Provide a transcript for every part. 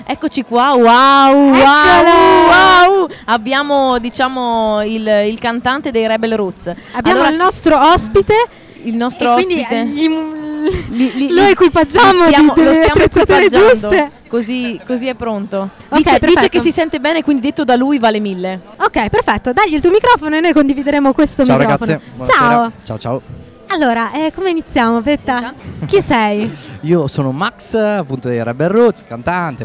Eccoci qua, wow. Abbiamo il cantante dei Rebel Roots. Abbiamo il nostro ospite. Lo equipaggiamo delle attrezzature giuste. Così è pronto. Okay, dice che si sente bene, quindi detto da lui vale 1000. Ok, perfetto. Dagli il tuo microfono e noi condivideremo questo microfono. Ragazze, ciao. Allora, come iniziamo, Petta? Chi sei? Io sono Max, appunto dei Rebel Roots, cantante,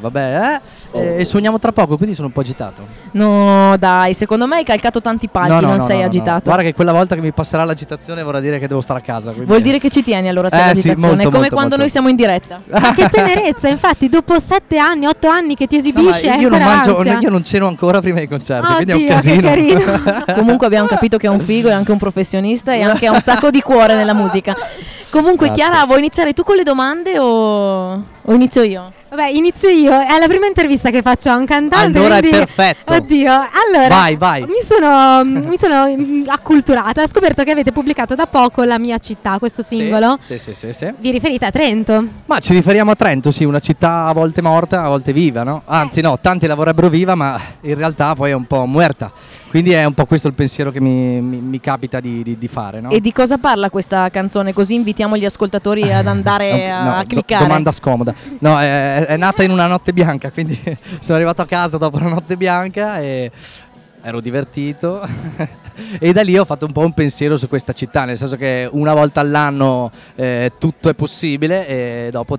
e suoniamo tra poco, quindi sono un po' agitato. No, dai, secondo me hai calcato tanti palchi, non sei agitato. Guarda che quella volta che mi passerà l'agitazione vorrà dire che devo stare a casa. Quindi... Vuol dire che ci tieni allora se l'agitazione, sì, è come quando noi siamo in diretta. Ma che tenerezza, infatti, dopo 7 anni, 8 anni che ti esibisci, io non ceno ancora prima dei concerti, quindi è un casino. Che carino. Comunque abbiamo capito che è un figo, è anche un professionista e anche ha un sacco di cuore nella musica. Comunque, grazie. Chiara, vuoi iniziare tu con le domande o inizio io? Vabbè, inizio io. È la prima intervista che faccio a un cantante. Allora quindi... è perfetto. Oddio, allora vai. Mi sono acculturata. Ho scoperto che avete pubblicato da poco La mia città, questo singolo. Sì. Vi riferite a Trento? Ma ci riferiamo a Trento, sì, una città a volte morta, a volte viva, no? Anzi no, tanti la vorrebbero viva, ma in realtà poi è un po' muerta. Quindi è un po' questo il pensiero che mi capita di fare, no? E di cosa parla questa canzone? Così invitiamo gli ascoltatori ad andare a cliccare. Domanda scomoda. No, è nata in una notte bianca, quindi sono arrivato a casa dopo una notte bianca e ero divertito e da lì ho fatto un po' un pensiero su questa città, nel senso che una volta all'anno tutto è possibile e dopo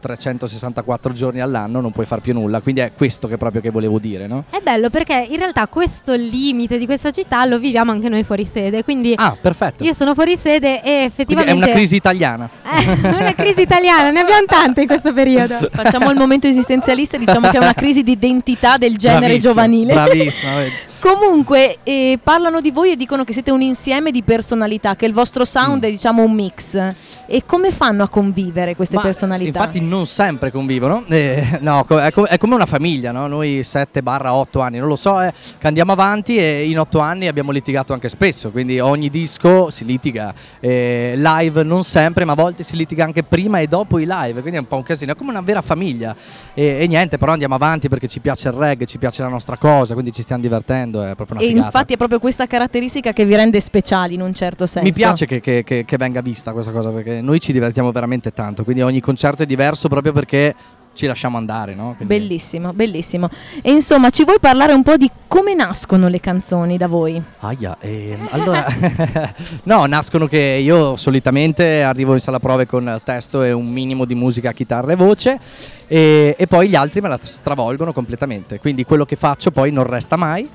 364 giorni all'anno non puoi far più nulla, quindi è questo che volevo dire, no? È bello perché in realtà questo limite di questa città lo viviamo anche noi fuori sede, quindi perfetto. Io sono fuori sede e effettivamente quindi è una crisi italiana. Una crisi italiana, ne abbiamo tante in questo periodo. Facciamo il momento esistenzialista, diciamo che è una crisi di identità del genere giovanile. Bravissima, vedi. Comunque parlano di voi e dicono che siete un insieme di personalità, che il vostro sound è diciamo un mix. E come fanno a convivere queste personalità? Infatti non sempre convivono, no, è come una famiglia, no? Noi 7-8 anni, non lo so, che andiamo avanti e in 8 anni abbiamo litigato anche spesso, quindi ogni disco si litiga, live non sempre, ma a volte si litiga anche prima e dopo i live, quindi è un po' un casino, è come una vera famiglia e niente, però andiamo avanti perché ci piace il reggae, ci piace la nostra cosa, quindi ci stiamo divertendo. È proprio una figata. Infatti è proprio questa caratteristica che vi rende speciali in un certo senso. Mi piace che venga vista questa cosa perché noi ci divertiamo veramente tanto, quindi ogni concerto è diverso proprio perché ci lasciamo andare, no? Quindi... Bellissimo. E insomma, ci vuoi parlare un po' di come nascono le canzoni da voi? Allora, no, nascono che io solitamente arrivo in sala prove con testo e un minimo di musica, chitarra e voce e poi gli altri me la stravolgono completamente, quindi quello che faccio poi non resta mai.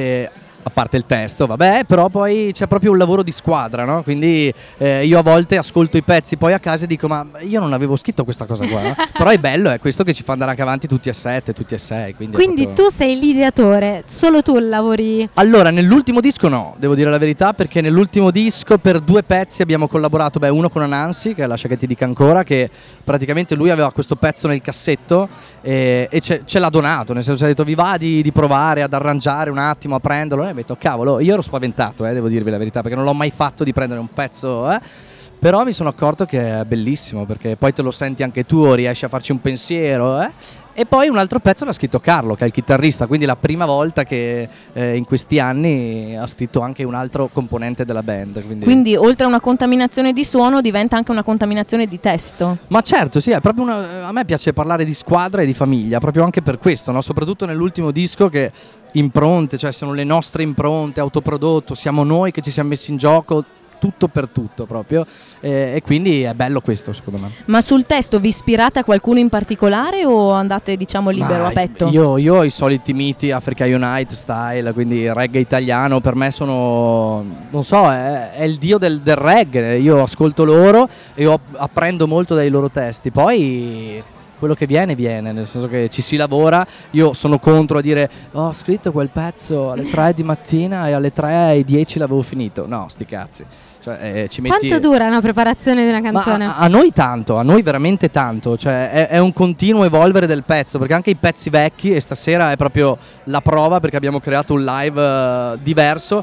A parte il testo, però poi c'è proprio un lavoro di squadra, no? Quindi io a volte ascolto i pezzi poi a casa e dico ma io non avevo scritto questa cosa qua, no? Però è bello, è questo che ci fa andare anche avanti tutti e 7, tutti e 6. Quindi proprio... tu sei l'ideatore, solo tu lavori? Allora, nell'ultimo disco no, devo dire la verità, perché nell'ultimo disco per 2 pezzi abbiamo collaborato, uno con Anansi, che è Lascia che ti dica ancora, che praticamente lui aveva questo pezzo nel cassetto e ce l'ha donato, nel senso ci ha detto vi va di provare ad arrangiare un attimo, a prenderlo. E ho detto cavolo, io ero spaventato, devo dirvi la verità, perché non l'ho mai fatto di prendere un pezzo, però mi sono accorto che è bellissimo perché poi te lo senti anche tu, riesci a farci un pensiero, E poi un altro pezzo l'ha scritto Carlo, che è il chitarrista, quindi la prima volta che in questi anni ha scritto anche un altro componente della band. Quindi oltre a una contaminazione di suono diventa anche una contaminazione di testo. Ma certo, sì, è proprio a me piace parlare di squadra e di famiglia, proprio anche per questo, no? Soprattutto nell'ultimo disco che impronte, cioè sono le nostre impronte, autoprodotto, siamo noi che ci siamo messi in gioco tutto per tutto proprio e quindi è bello questo secondo me. Ma sul testo vi ispirate a qualcuno in particolare o andate diciamo libero, a petto? Io ho i soliti miti Africa Unite style, quindi reggae italiano, per me sono, non so, è il dio del reggae, io ascolto loro e apprendo molto dai loro testi, poi quello che viene, nel senso che ci si lavora. Io sono contro a dire ho scritto quel pezzo alle 3 di mattina e alle 3:10 l'avevo finito. No, sti cazzi. Cioè, ci metti... Quanto dura una preparazione di una canzone? Ma a noi tanto, a noi veramente tanto, cioè è un continuo evolvere del pezzo, perché anche i pezzi vecchi, e stasera è proprio la prova perché abbiamo creato un live diverso,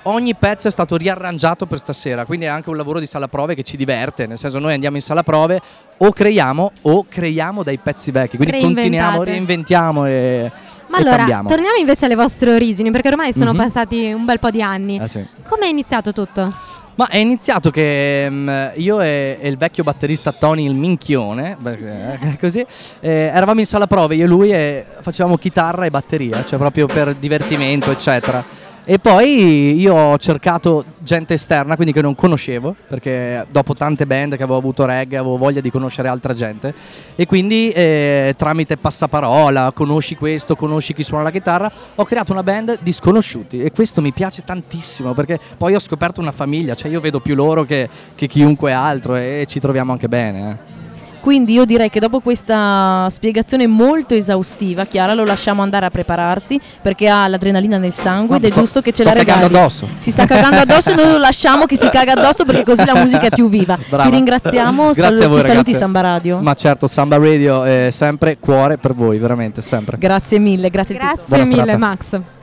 ogni pezzo è stato riarrangiato per stasera, quindi è anche un lavoro di sala prove che ci diverte, nel senso noi andiamo in sala prove o creiamo dai pezzi vecchi, quindi continuiamo, reinventiamo e Ma allora, cambiamo. torniamo invece alle vostre origini, perché ormai sono passati un bel po' di anni. Sì. Come è iniziato tutto? Ma è iniziato che io e il vecchio batterista Tony il Minchione, così, eravamo in sala prove, io e lui, e facevamo chitarra e batteria, cioè proprio per divertimento, eccetera. E poi io ho cercato gente esterna, quindi che non conoscevo, perché dopo tante band che avevo avuto reggae avevo voglia di conoscere altra gente, e quindi tramite passaparola, conosci questo, conosci chi suona la chitarra, ho creato una band di sconosciuti, e questo mi piace tantissimo, perché poi ho scoperto una famiglia, cioè io vedo più loro che chiunque altro, e ci troviamo anche bene. Quindi io direi che dopo questa spiegazione molto esaustiva, Chiara lo lasciamo andare a prepararsi, perché ha l'adrenalina nel sangue ed è giusto che ce la regali. Sto cagando addosso. Si sta cagando addosso e noi lo lasciamo che si caga addosso, perché così la musica è più viva. Brava. Ti ringraziamo, Grazie a voi, ci saluti ragazze. Samba Radio. Ma certo, Samba Radio è sempre cuore per voi, veramente, sempre. Grazie mille, grazie a tutti. Grazie Buona mille serata. Max.